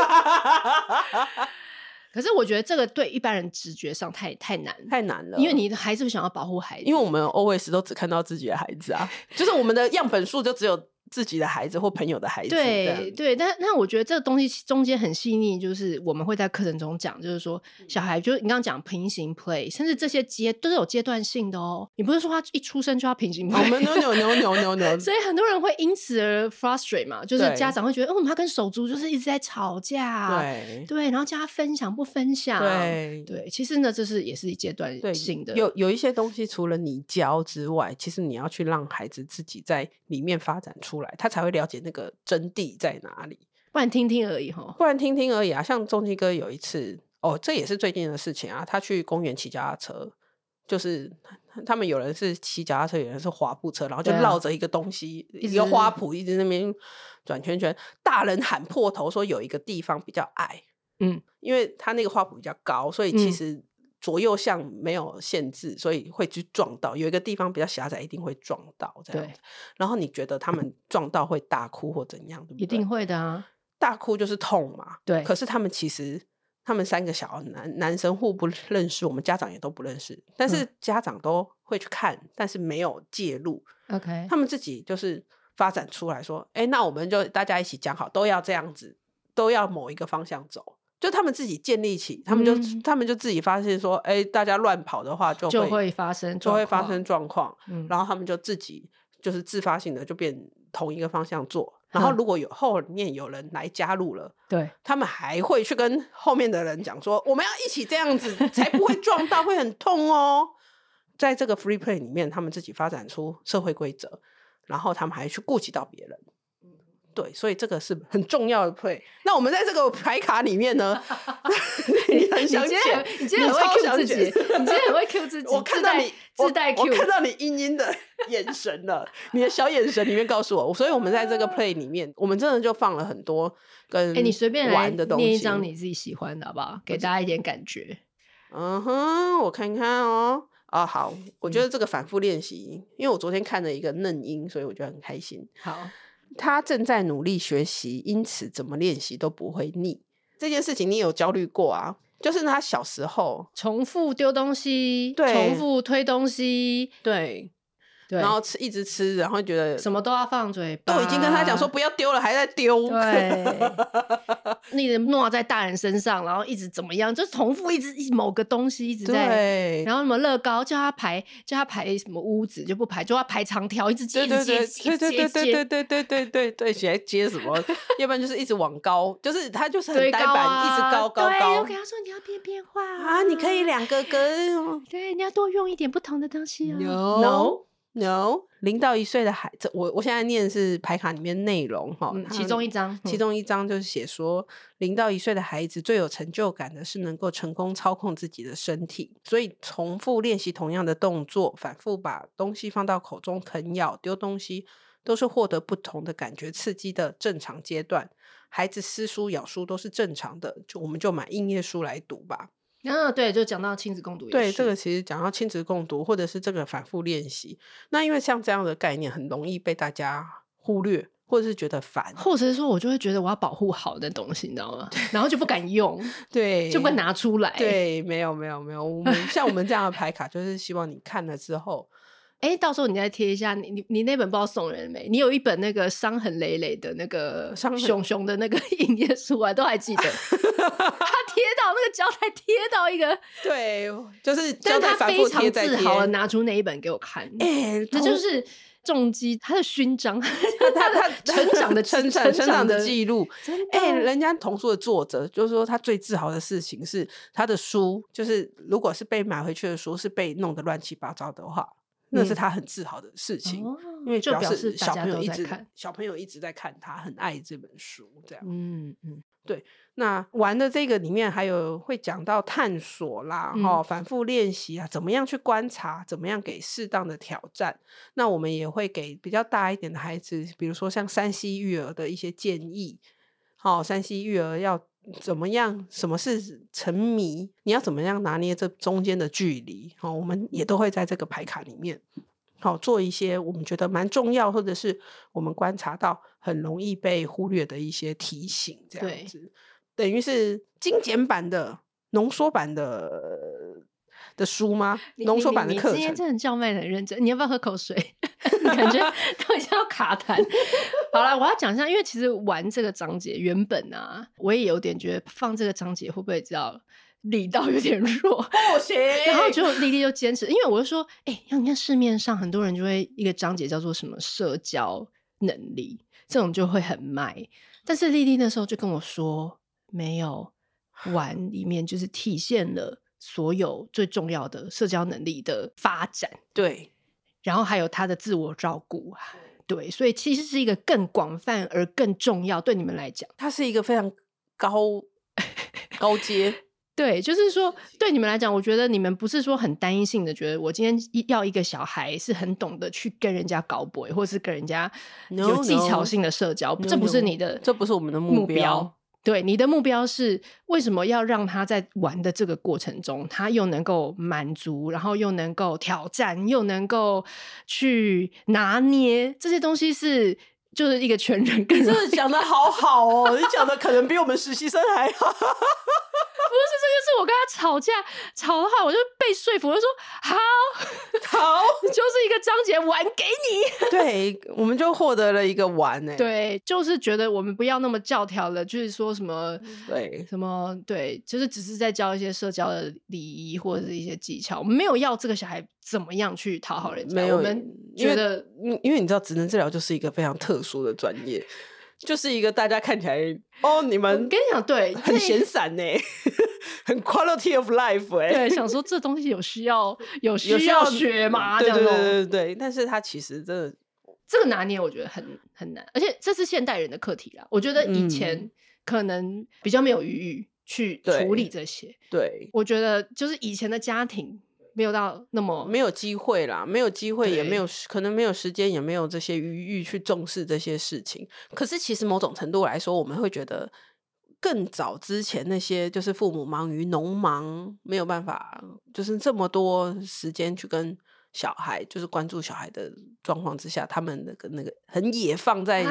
可是我觉得这个对一般人直觉上太难了，因为你的孩子会想要保护孩子， 因为我们 always 都只看到自己的孩子啊，就是我们的样本数就只有自己的孩子或朋友的孩子。 对，但我觉得这个东西中间很细腻，就是我们会在课程中讲，就是说小孩就是你刚刚讲平行 play， 甚至这些都是有阶段性的哦。你不是说他一出生就要平行 play， no， 所以很多人会因此而 frustrate 嘛，就是家长会觉得他跟手足就是一直在吵架，对，然后叫他分享不分享，对，其实呢这是也是阶段性的。 有一些东西除了你教之外，其实你要去让孩子自己在里面发展出来，他才会了解那个真谛在哪里。 不然听听而已啊。像仲基哥有一次这也是最近的事情啊，他去公园骑脚踏车，就是他们有人是骑脚踏车，有人是滑步车，然后就绕着一个东西，一个花圃一直在那边转圈圈。大人喊破头说有一个地方比较矮，因为他那个花圃比较高，所以其实左右向没有限制，所以会去撞到。有一个地方比较狭窄，一定会撞到这样子。然后你觉得他们撞到会大哭或怎样，对不对？ 一定会的啊， 大哭就是痛嘛。 对。 可是他们其实他们3个小男生互不认识，我们家长也都不认识，但是家长都会去看，但是没有介入。 OK， 他们自己就是发展出来说，那我们就大家一起讲好，都要这样子，都要某一个方向走。就他们自己建立起，他们就自己发现说，大家乱跑的话就会发生状况，然后他们就自己就是自发性的就变同一个方向做。然后如果后面有人来加入了， 对， 他们还会去跟后面的人讲说，我们要一起这样子才不会撞到，会很痛哦。在这个 free play 里面，他们自己发展出社会规则，然后他们还去顾及到别人。对，所以这个是很重要的 play。那我们在这个牌卡里面呢，你很想剪， 你今天很会 Q 自己，你今天很会 Q 自己。 我看到你自带 Q， 我看到你阴阴的眼神了，你的小眼神里面告诉我。所以我们在这个 play 里面，我们真的就放了很多跟你随便来念一张你自己喜欢的好不好？给大家一点感觉。 我看看哦。好，我觉得这个反复练习，因为我昨天看了一个嫩音，所以我觉得很开心。 好。 他正在努力学习，因此怎么练习都不会腻。这件事情你有焦虑过啊？就是他小时候重复丢东西， 对， 重复推东西， 对。 对， 然后一直吃，然后觉得什么都要放嘴巴， 都已经跟他讲说不要丢了，还在丢。 对，你的诺在大人身上，然后一直怎么样，就是重复一直某个东西一直在， 对， 然后什么乐高叫他排什么屋子就不排，就要排长条，一直接， 对，谁接什么？要不然就是一直往高，就是他就是很呆板，一直高。 对，我给他说你要变化啊，你可以2个格， 对，你要多用一点不同的东西哦。No， 0到1岁的孩子，我现在念的是牌卡里面内容其中一章， 其中一章就是写说，0到1岁的孩子最有成就感的是能够成功操控自己的身体，所以重复练习同样的动作，反复把东西放到口中啃咬、丢东西，都是获得不同的感觉刺激的正常阶段。孩子撕书咬书都是正常的，我们就买硬页书来读吧。 对，就讲到亲子共读也是。 对，这个其实讲到亲子共读或者是这个反复练习，那因为像这样的概念很容易被大家忽略，或者是觉得烦， 或者是说我就会觉得我要保护好的东西，你知道吗？然后就不敢用， 对， 就不拿出来。 对，没有，像我们这样的牌卡就是希望你看了之后到时候你再贴一下你那本不知道送人没？你有一本那个伤痕累累的那个熊的那个硬页书啊，都还记得。他贴到那个胶带，贴到一个， 对，就是胶带反复贴再贴， 但他非常自豪的拿出那一本给我看，这就是重击他的勋章，他成长的记录。人家童书的作者就是说他最自豪的事情是他的书，就是如果是被买回去的书是被弄得乱七八糟的话，那是他很自豪的事情，因为表示小朋友一直在看他，很爱这本书，这样。对。那玩的这个里面还有会讲到探索啦，反复练习啊，怎么样去观察，怎么样给适当的挑战。那我们也会给比较大一点的孩子，比如说像3C 育儿的一些建议。3C 育儿要怎么样，什么是沉迷，你要怎么样拿捏这中间的距离，我们也都会在这个牌卡里面做一些我们觉得蛮重要，或者是我们观察到很容易被忽略的一些提醒，这样子等于是精简版的浓缩版的书吗？浓缩版的课程。 你今天真的叫卖的很认真，你要不要喝口水？感觉都已经要卡痰。好了，我要讲一下，因为其实玩这个章节原本啊，我也有点觉得放这个章节会不会知道力道有点弱， 不行。 然后就莉莉就坚持，因为我就说，你看市面上很多人就会一个章节叫做什么社交能力，这种就会很卖。但是莉莉那时候就跟我说，没有，玩里面就是体现了所有最重要的社交能力的发展。 对， 然后还有他的自我照顾啊。对，所以其实是一个更广泛而更重要，对你们来讲， 它是一个非常高阶。 对，就是说对你们来讲，我觉得你们不是说很单一性的觉得我今天要一个小孩是很懂得去跟人家搞 boy 或是跟人家有技巧性的社交，这不是你的， 这不是我们的目标。 对，你的目标是为什么要让他在玩的这个过程中，他又能够满足，然后又能够挑战，又能够去拿捏，这些东西是就是一个全人更。 你真的讲得好好哦，你讲的可能比我们实习生还好。 不是，这就是我跟他吵架吵的话，我就被说服，我就说好，就是一个章节玩给你。 对，我们就获得了一个玩。 对，就是觉得我们不要那么教条了，就是说什么对什么对，就是只是在教一些社交的礼仪或者是一些技巧，我们没有要这个小孩怎么样去讨好人家。 没有， 我们觉得因为你知道，职能治疗就是一个非常特殊的专业。就是一个大家看起来你们我跟你讲，对， 很闲散很 quality of life 对，想说这东西有需要学吗？ 对，但是它其实真的这个拿捏我觉得很难，而且这是现代人的课题啦。我觉得以前可能比较没有余裕去处理这些。 对， 我觉得就是以前的家庭没有到那么没有机会啦，没有机会，也没有可能没有时间，也没有这些余裕去重视这些事情。可是其实某种程度来说，我们会觉得更早之前那些就是父母忙于农忙，没有办法就是这么多时间去跟小孩就是关注小孩的状况之下，他们那个很野放在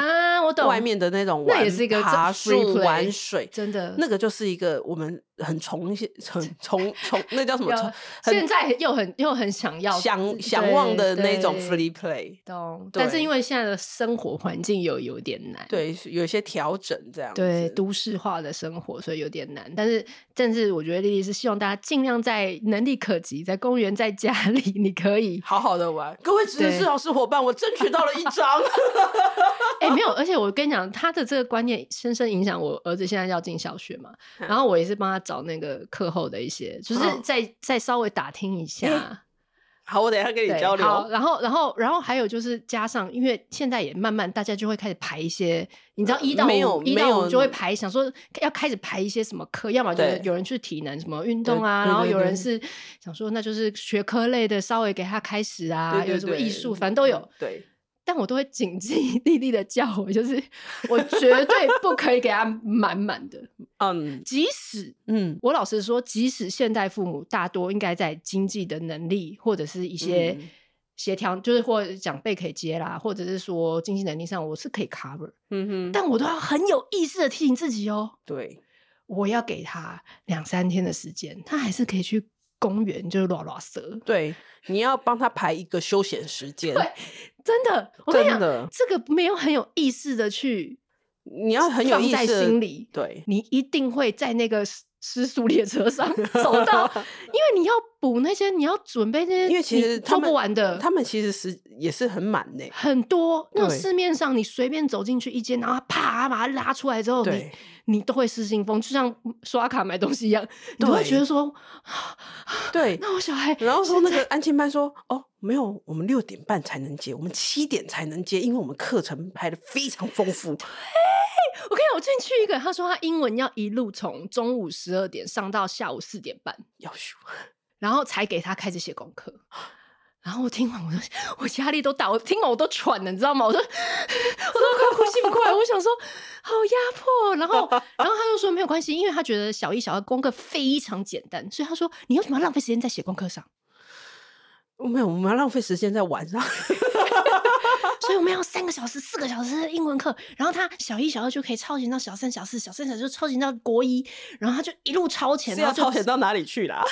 我懂外面的那种那也是一个爬 free 树 play 玩水， 真的那个就是一个我们很那叫什么现在又很想要想望的那种 free play， 懂。但是因为现在的生活环境有点难， 对，有一些调整这样子， 对，都市化的生活，所以有点难。但是我觉得莉莉是希望大家尽量在能力可及，在公园，在家里，你可以好好的玩。各位职治老师伙伴，我争取到了一张。 没有，而且我跟你讲，他的这个观念深深影响我儿子，现在要进小学嘛，然后我也是帮他找那个课后的一些，就是再稍微打听一下。 好，我等一下跟你交流。 好，然后还有就是加上，因为现在也慢慢大家就会开始排一些，你知道1到5就会排，想说要开始排一些什么课，要么就是有人去体能什么运动啊，然后有人是想说那就是学科类的，稍微给他开始啊，有什么艺术，反正都有。 对。 但我都会谨记莉莉的教诲，就是我绝对不可以给他满满的。即使我老实说，即使现代父母大多应该在经济的能力或者是一些协调，就是或者长辈可以接啦，或者是说经济能力上我是可以 cover，但我都要很有意识的提醒自己哦， 对， 我要给他2-3天的时间，他还是可以去公园就是拉拉蛇。 对，你要帮他排一个休闲时间。 对，真的，我跟你讲，这个没有很有意识的去， 你要很有意识放在心里， 对， 你一定会在那个失速列车上走到，因为你要补那些，你要准备那些， 因为其实做不完的， 他们其实也是很满的， 很多。那种市面上你随便走进去一间，然后啪把它拉出来之后，你都会失心疯，就像刷卡买东西一样，你都会觉得说， 对， 那我小孩， 然后说那个安亲班说，哦，没有，我们6点半才能接，我们7点才能接，因为我们课程排得非常丰富。对， 我跟你讲，我进去一个，他说他英文要一路从中午12点上到下午4点半，然后才给他开始写功课。然后我听完我压力都大，我听完我都喘了，你知道吗？我都快呼吸不过来，我想说好压迫。然后他就说没有关系，因为他觉得小1、小2功课非常简单，所以他说你为什么要浪费时间在写功课上？ 没有，我们要浪费时间在玩上。 所以我们要3个小时、4个小时的英文课，然后他小1、小2就可以超前到小3、小4，小3、小4就超前到国1，然后他就一路超前， 是要超前到哪里去啦？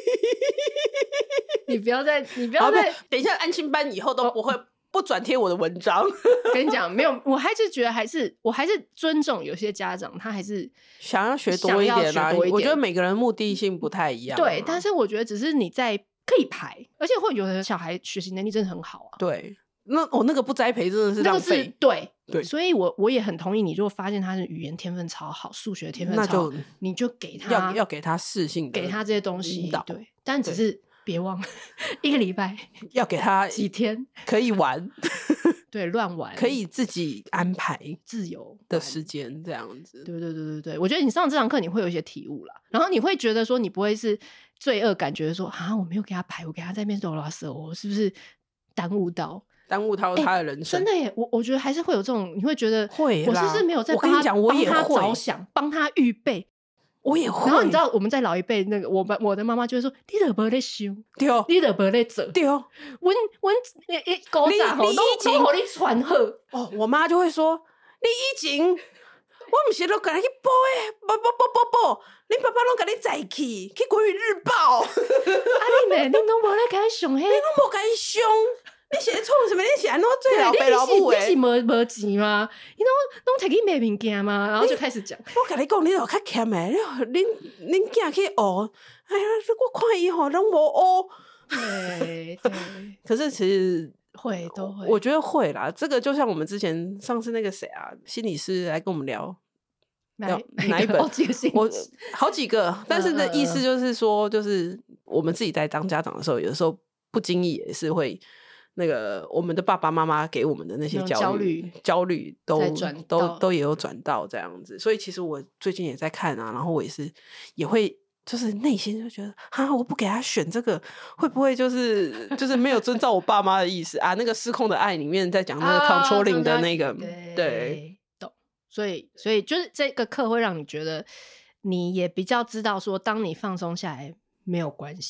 你不要再， 等一下安亲班以后都不转贴我的文章。 跟你讲，没有，我还是觉得我还是尊重有些家长，他还是想要学多一点啦。我觉得每个人目的性不太一样。 对，但是我觉得只是你在可以排，而且会有的小孩学习能力真的很好啊。 对，那个不栽培真的是浪费。 对，所以我也很同意你。如果发现他的语言天分超好，数学天分超好，你就给他要给他适性的， 给他这些东西。对，但只是别忘了1个礼拜要给他几天可以玩， 对，乱玩， 可以自己安排自由的时间，这样子。 对，我觉得你上这堂课你会有一些体悟啦，然后你会觉得说你不会是罪恶感，觉得说我没有给他排，我给他在那边哆啦瑟，我是不是耽误他的人生？ 真的耶，我觉得还是会有这种，你会觉得会， 我是不是没有在帮他着想，帮他预备？ 我也会。 然后你知道我们在老一辈那个，我的妈妈就会说：“你都没在想， 对， 你都没在做， 对。我古早吼都给你传好。” 哦，我妈就会说：“你以前我不是都给你去播诶，不，你爸爸拢给你载去国语日报。啊， 你都没在给他想，你都没给他想。”你是在创什么？你是安怎做老爸老母的？ 你是没钱吗？你拢摕去买物件吗？然后就开始讲。 我跟你讲，你就较欠的，恁囝去学，哎呀，我看伊吼拢无学。 对。 可是其实都会， 我觉得会啦。这个就像我们之前上次那个谁啊，心理师来跟我们聊。哪一本？好几个，但是的意思就是说，就是我们自己在当家长的时候，有的时候不经意也是会。那个我们的爸爸妈妈给我们的那些焦虑都也有转到这样子，所以其实我最近也在看啊，然后我也会就是内心就觉得我不给他选这个会不会就是没有遵照我爸妈的意思啊？那个失控的爱里面在讲那个 controlling 的那个，对， 懂。所以就是这个课会让你觉得你也比较知道说，当你放松下来没有关系。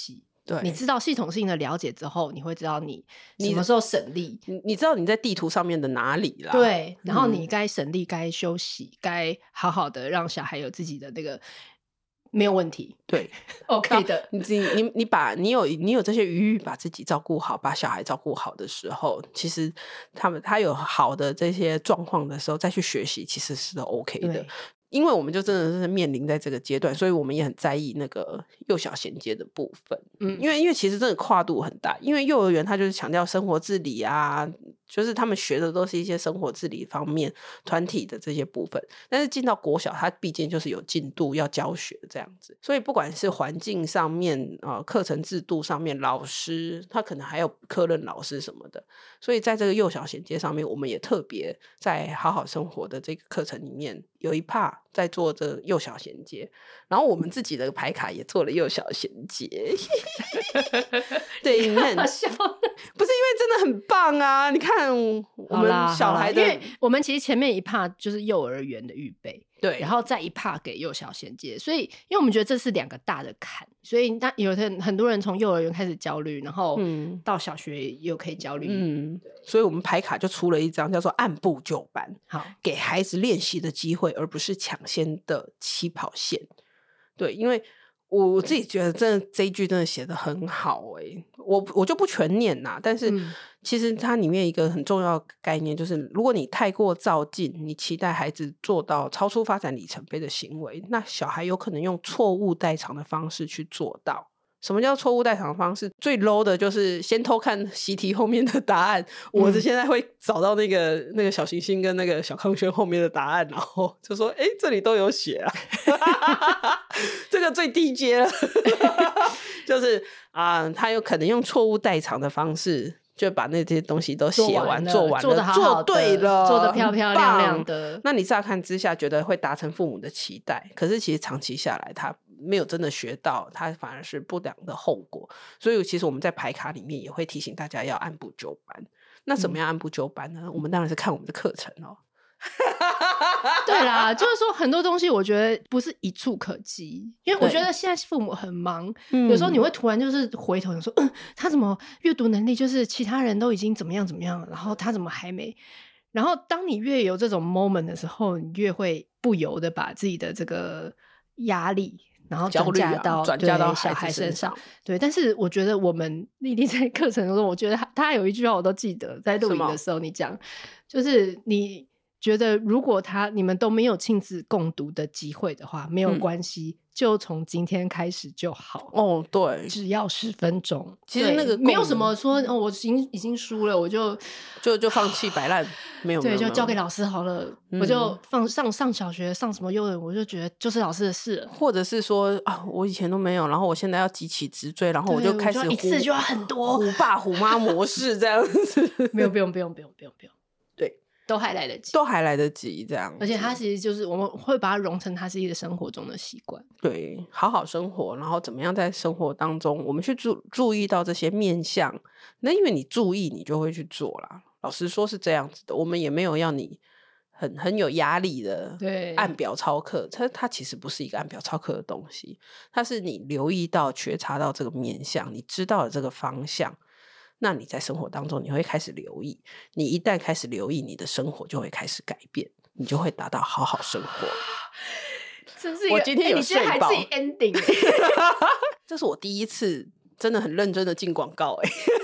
对， 你知道系统性的了解之后，你会知道你什么时候省力， 你知道你在地图上面的哪里啦。 对，然后你该省力，该休息，该好好的让小孩有自己的那个没有问题， 对 ，OK 的。 你有这些余裕，把自己照顾好，把小孩照顾好的时候，其实他有好的这些状况的时候，再去学习，其实是 OK 的。因为我们就真的是面临在这个阶段，所以我们也很在意那个幼小衔接的部分。因为其实真的跨度很大，因为幼儿园它就是强调生活自理啊，就是他们学的都是一些生活自理方面团体的这些部分，但是进到国小它毕竟就是有进度要教学这样子，所以不管是环境上面课程制度上面，老师他可能还有科任老师什么的，所以在这个幼小衔接上面，我们也特别在好好生活的这个课程里面有一 part 在做这幼小衔接，然后我们自己的牌卡也做了幼小衔接对，你看不是因为真的很棒啊，你看我们小孩的， 因为我们其实前面一 part 就是幼儿园的预备， 对， 然后再一 part 给幼小衔接，所以因为我们觉得这是2个大的坎，所以有很多人从幼儿园开始焦虑，然后到小学又可以焦虑， 所以我们牌卡就出了一张叫做按部就班， 好， 给孩子练习的机会，而不是抢先的起跑线。对，因为我自己觉得真的这一句真的写得很好我就不全念啦，但是其实它里面一个很重要的概念就是，如果你太过躁进，你期待孩子做到超出发展里程碑的行为，那小孩有可能用错误代偿的方式去做到。什么叫错误代偿的方式？最 low 的就是先偷看习题后面的答案，我是现在会找到那个小行星跟那个小康轩后面的答案，然后就说这里都有写啊这个最低阶了就是他有可能用错误代偿的方式就把那些东西都写完做完了， 做得好好的， 做对了， 做得漂漂亮亮的， 那你乍看之下觉得会达成父母的期待，可是其实长期下来他没有真的学到，他反而是不良的后果。所以其实我们在牌卡里面也会提醒大家要按部就班。那怎么样按部就班呢？我们当然是看我们的课程对啦，就是说很多东西我觉得不是一触可及，因为我觉得现在父母很忙，有时候你会突然就是回头想说他怎么阅读能力就是其他人都已经怎么样怎么样了，然后他怎么还没，然后当你越有这种 moment 的时候，你越会不由的把自己的这个压力然后转嫁到小孩身上。对，但是我觉得我们丽丽在课程中，我觉得她有一句话我都记得，在录影的时候你讲，就是你觉得如果你们都没有亲子共读的机会的话，没有关系，就从今天开始就好。 对， 只要10分钟。 其实那个没有什么说我已经输了，我就放弃摆烂，没有， 对，就交给老师好了。我就上小学上什么幼儿园，我就觉得就是老师的事了。 或者是说我以前都没有，然后我现在要急起直追，然后我就开始一次就要很多虎爸虎妈模式这样子。 没有，不用。 对， 都还来得及， 这样。 而且它其实就是我们会把它融成它是一个生活中的习惯。 对，好好生活，然后怎么样在生活当中我们去注意到这些面向，那因为你注意你就会去做啦。老实说是这样子的，我们也没有要你很有压力的按表操课，它其实不是一个按表操课的东西，它是你留意到觉察到这个面向，你知道了这个方向，那你在生活当中你会开始留意，你一旦开始留意，你的生活就会开始改变，你就会达到好好生活。我今天有睡饱， 你今天还自己 ending 这是我第一次真的很认真的进广告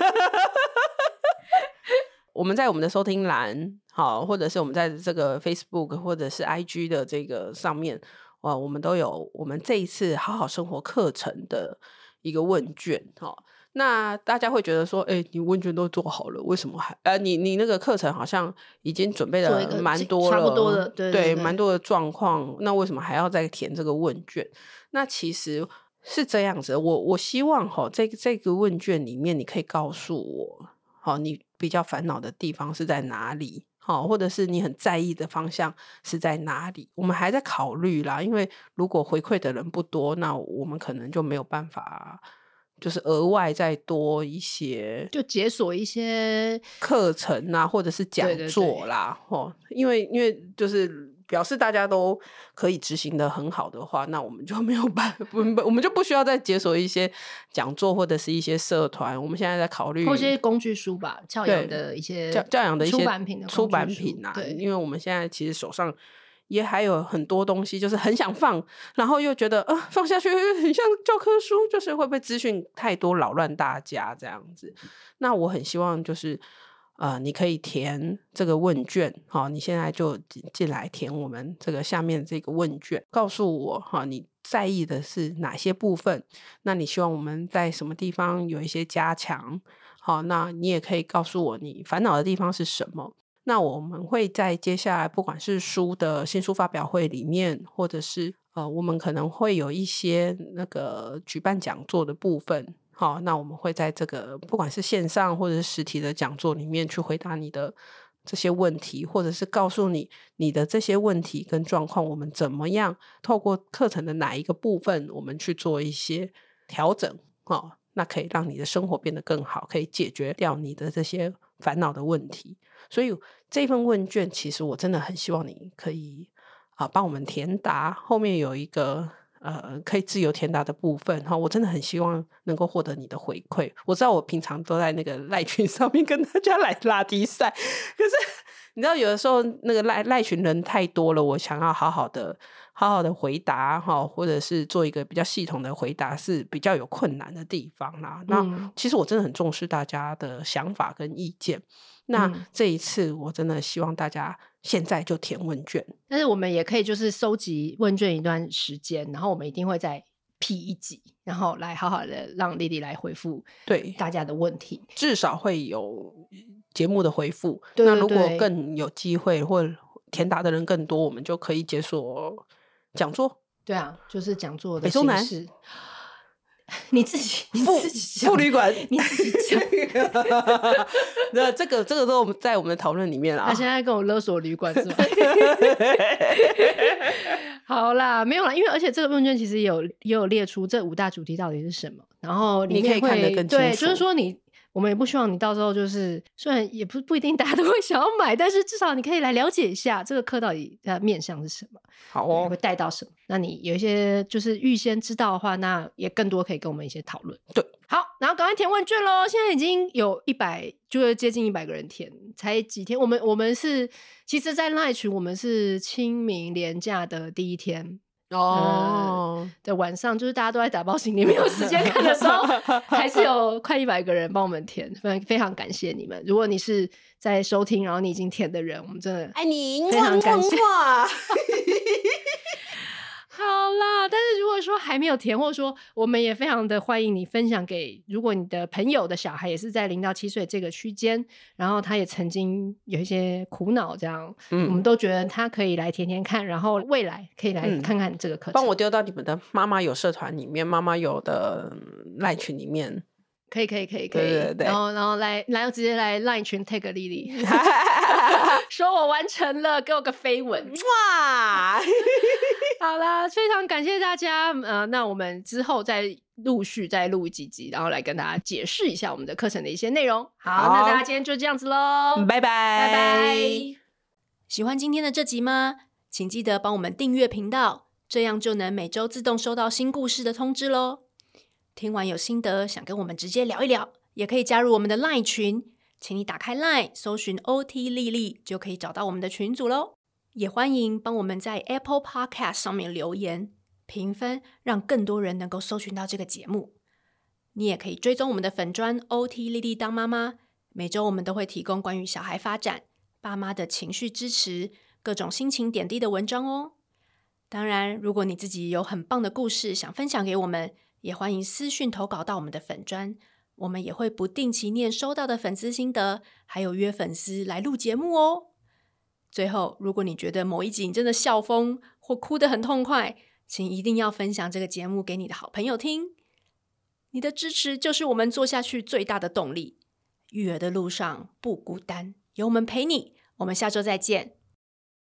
我们在我们的收听栏或者是我们在这个 Facebook 或者是 IG 的这个上面我们都有我们这一次好好生活课程的一个问卷那大家会觉得说你问卷都做好了，为什么还你那个课程好像已经准备了蛮多了， 差不多的，对， 蛮多的状况，那为什么还要再填这个问卷？那其实是这样子，我希望这个问卷里面你可以告诉我你比较烦恼的地方是在哪里，或者是你很在意的方向是在哪里，我们还在考虑啦，因为如果回馈的人不多，那我们可能就没有办法就是额外再多一些， 就解锁一些课程或者是讲座啦。因为就是表示大家都可以执行的很好的话，那我们就没有我们就不需要再解锁一些讲座或者是一些社团。我们现在在考虑或一些工具书吧，教养的一些教养的一些出版品的出版品啊， 对， 因为我们现在其实手上也还有很多东西，就是很想放，然后又觉得放下去很像教科书，就是会不会资讯太多扰乱大家这样子。那我很希望就是你可以填这个问卷，你现在就进来填我们这个下面这个问卷，告诉我你在意的是哪些部分，那你希望我们在什么地方有一些加强，好，那你也可以告诉我你烦恼的地方是什么。那我们会在接下来不管是书的新书发表会里面，或者是我们可能会有一些那个举办讲座的部分，好，那我们会在这个不管是线上或者是实体的讲座里面去回答你的这些问题，或者是告诉你你的这些问题跟状况，我们怎么样透过课程的哪一个部分我们去做一些调整，那可以让你的生活变得更好，可以解决掉你的这些烦恼的问题。所以这份问卷其实我真的很希望你可以帮我们填答，后面有一个可以自由填答的部分，我真的很希望能够获得你的回馈。我知道我平常都在那个赖群上面跟大家来拉低赛，可是你知道有的时候那个赖群人太多了，我想要好好的回答或者是做一个比较系统的回答是比较有困难的地方啦。那其实我真的很重视大家的想法跟意见，那这一次我真的希望大家现在就填问卷， 但是我们也可以就是收集问卷一段时间，然后我们一定会再批一集，然后来好好的让莉莉来回复对大家的问题， 至少会有节目的回复。 对对对， 那如果更有机会或填答的人更多，我们就可以解锁讲座。 对啊，就是讲座的北中南形式。你自己副旅馆， 你自己讲。 那这个都在我们的讨论里面啦。 他现在跟我勒索旅馆是吗？好啦，没有啦，因为而且这个问卷其实也有列出这5大主题到底是什么，然后你可以看得更清楚。 对，就是说我们也不希望你到时候就是虽然也不一定大家都会想要买，但是至少你可以来了解一下这个课到底的面向是什么， 好哦， 会带到什么。那你有一些就是预先知道的话，那也更多可以跟我们一些讨论。 对， 好，然后赶快填问卷咯，现在已经有就是接近100个人填，才几天。我们是其实在 LINE 群我们是清明连假的第一天的晚上，就是大家都在打包行李没有时间看的时候还是有快100个人帮我们填，非常感谢你们。如果你是在收听然后你已经填的人，我们真的爱你非常感谢。 好啦，但是如果说还没有填，或者说我们也非常的欢迎你分享给如果你的朋友的小孩也是在0到7岁这个区间，然后他也曾经有一些苦恼这样，我们都觉得他可以来填填看，然后未来可以来看看这个课程， 帮我丢到你们的妈妈有社团里面，妈妈有的LINE群里面。 可以， 对， 然后来直接来 LINE 群 tag 莉莉说我完成了，给我个飞吻哇好啦，非常感谢大家那我们之后再陆续再录几集，然后来跟大家解释一下我们的课程的一些内容。好，那大家今天就这样子咯， 拜拜。 喜欢今天的这集吗？请记得帮我们订阅频道，这样就能每周自动收到新故事的通知咯。听完有心得想跟我们直接聊一聊，也可以加入我们的 LINE 群，请你打开 LINE 搜寻 OT 莉莉就可以找到我们的群组咯。也欢迎帮我们在 Apple Podcast 上面留言评分，让更多人能够搜寻到这个节目。你也可以追踪我们的粉专 OT 莉莉当妈妈，每周我们都会提供关于小孩发展、爸妈的情绪支持、各种心情点滴的文章哦。当然，如果你自己有很棒的故事想分享给我们，也欢迎私讯投稿到我们的粉专，我们也会不定期念收到的粉丝心得，还有约粉丝来录节目哦。最后，如果你觉得某一集你真的笑疯或哭得很痛快，请一定要分享这个节目给你的好朋友听。你的支持就是我们做下去最大的动力。育儿的路上不孤单，有我们陪你。我们下周再见，